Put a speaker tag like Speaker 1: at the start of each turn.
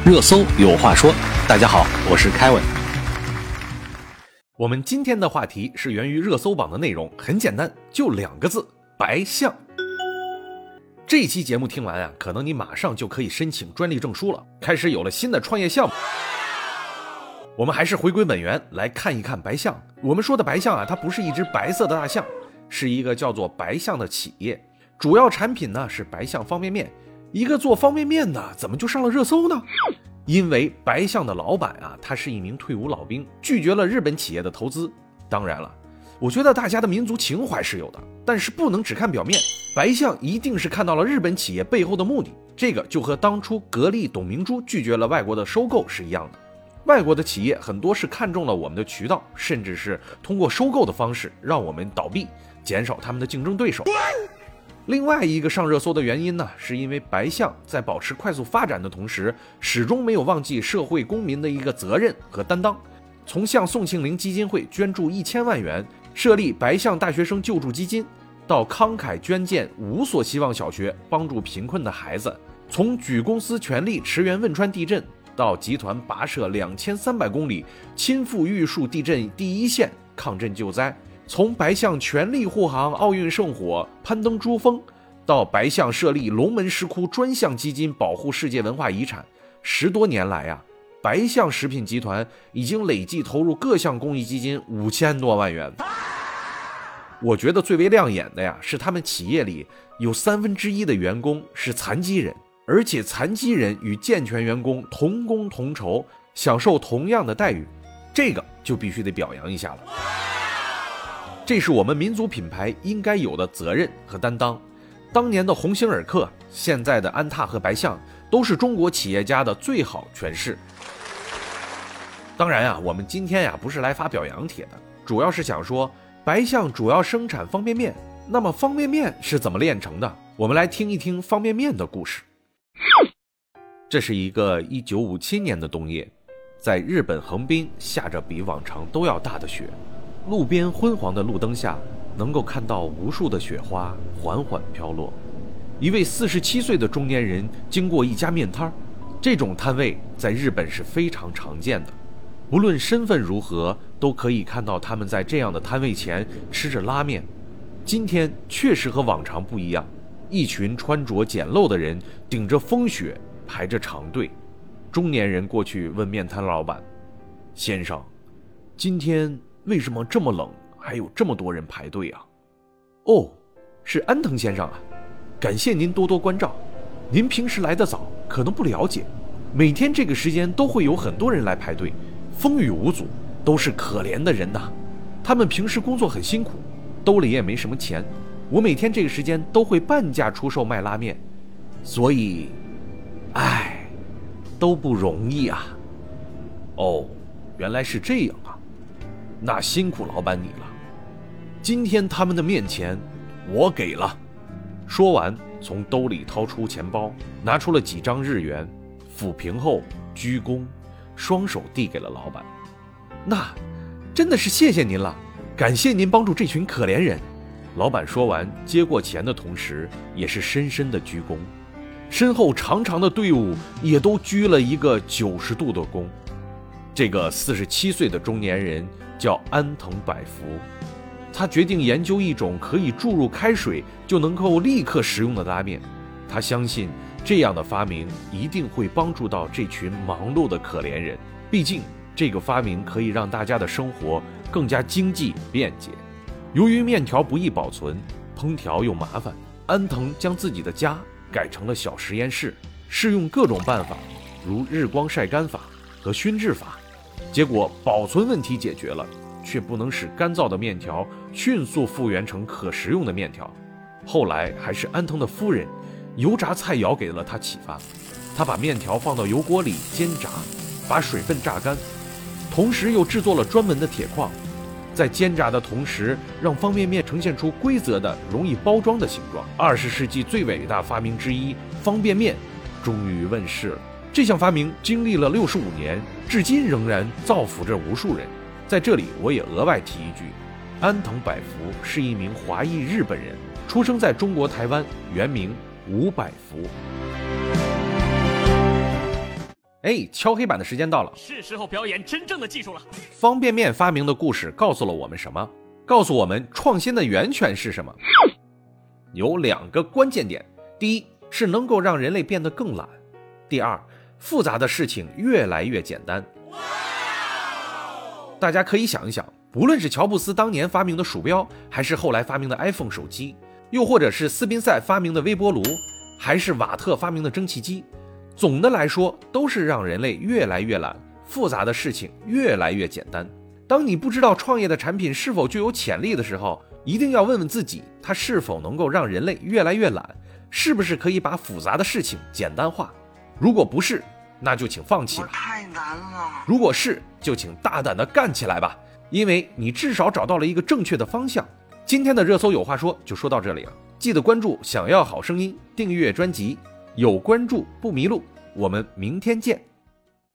Speaker 1: 热搜有话说，大家好，我是凯文。我们今天的话题是源于热搜榜的内容，很简单，就2个字：白象。这期节目听完啊，可能你马上就可以申请专利证书了，开始有了新的创业项目。我们还是回归本源，来看一看白象。我们说的白象啊，它不是一只白色的大象，是一个叫做白象的企业，主要产品呢是白象方便面。一个做方便面的怎么就上了热搜呢？因为白象的老板啊，他是一名退伍老兵，拒绝了日本企业的投资。当然了，我觉得大家的民族情怀是有的，但是不能只看表面。白象一定是看到了日本企业背后的目的，这个就和当初格力董明珠拒绝了外国的收购是一样的。外国的企业很多是看中了我们的渠道，甚至是通过收购的方式让我们倒闭，减少他们的竞争对手。另外一个上热搜的原因呢，是因为白象在保持快速发展的同时，始终没有忘记社会公民的一个责任和担当。从向宋庆龄基金会捐助1000万元，设立白象大学生救助基金，到慷慨捐建5所希望小学，帮助贫困的孩子；从举公司全力驰援汶川地震，到集团跋涉2300公里，亲赴玉树地震第一线抗震救灾；从白象全力护航奥运圣火，攀登珠峰，到白象设立龙门石窟专项基金保护世界文化遗产。10多年来啊，白象食品集团已经累计投入各项公益基金5000多万元。我觉得最为亮眼的呀，是他们企业里有1/3的员工是残疾人，而且残疾人与健全员工同工同酬，享受同样的待遇，这个就必须得表扬一下了。这是我们民族品牌应该有的责任和担当。当年的鸿星尔克，现在的安踏和白象，都是中国企业家的最好诠释。当然啊，我们今天呀不是来发表扬帖的，主要是想说，白象主要生产方便面，那么方便面是怎么炼成的？我们来听一听方便面的故事。这是一个1957年的冬夜，在日本横滨下着比往常都要大的雪，路边昏黄的路灯下，能够看到无数的雪花缓缓飘落。一位47岁的中年人经过一家面摊，这种摊位在日本是非常常见的，无论身份如何，都可以看到他们在这样的摊位前吃着拉面。今天确实和往常不一样，一群穿着简陋的人顶着风雪排着长队。中年人过去问面摊老板：“先生，今天为什么这么冷，还有这么多人排队啊？”“哦，是安藤先生啊，感谢您多多关照。您平时来得早，可能不了解，每天这个时间都会有很多人来排队，风雨无阻，都是可怜的人呐。他们平时工作很辛苦，兜里也没什么钱，我每天这个时间都会半价出售卖拉面，所以，都不容易啊。”“哦，原来是这样啊，那辛苦老板你了。今天他们的面钱我给了。”说完，从兜里掏出钱包，拿出了几张日元，抚平后鞠躬，双手递给了老板。“那真的是谢谢您了，感谢您帮助这群可怜人。”老板说完，接过钱的同时，也是深深的鞠躬，身后长长的队伍也都鞠了一个90度的躬。这个47岁的中年人叫安藤百福，他决定研究一种可以注入开水就能够立刻食用的拉面。他相信这样的发明一定会帮助到这群忙碌的可怜人，毕竟这个发明可以让大家的生活更加经济便捷。由于面条不易保存，烹调又麻烦，安藤将自己的家改成了小实验室，试用各种办法，如日光晒干法和熏制法。结果保存问题解决了，却不能使干燥的面条迅速复原成可食用的面条。后来还是安藤的夫人油炸菜肴给了他启发，他把面条放到油锅里煎炸，把水分榨干，同时又制作了专门的铁矿，在煎炸的同时让方便面呈现出规则的容易包装的形状。20世纪最伟大发明之一，方便面终于问世了。这项发明经历了65年，至今仍然造福着无数人。在这里我也额外提一句，安藤百福是一名华裔日本人，出生在中国台湾，原名吴百福。 敲黑板的时间到了，
Speaker 2: 是时候表演真正的技术了。
Speaker 1: 方便面发明的故事告诉了我们什么？告诉我们创新的源泉是什么？有2个关键点，第一是能够让人类变得更懒，第二，复杂的事情越来越简单。大家可以想一想，无论是乔布斯当年发明的鼠标，还是后来发明的 iPhone 手机，又或者是斯宾塞发明的微波炉，还是瓦特发明的蒸汽机，总的来说都是让人类越来越懒，复杂的事情越来越简单。当你不知道创业的产品是否具有潜力的时候，一定要问问自己，它是否能够让人类越来越懒，是不是可以把复杂的事情简单化。如果不是，那就请放弃吧。
Speaker 3: 太难了。
Speaker 1: 如果是，就请大胆的干起来吧，因为你至少找到了一个正确的方向。今天的热搜有话说就说到这里了，记得关注想要好声音，订阅专辑，有关注不迷路。我们明天见。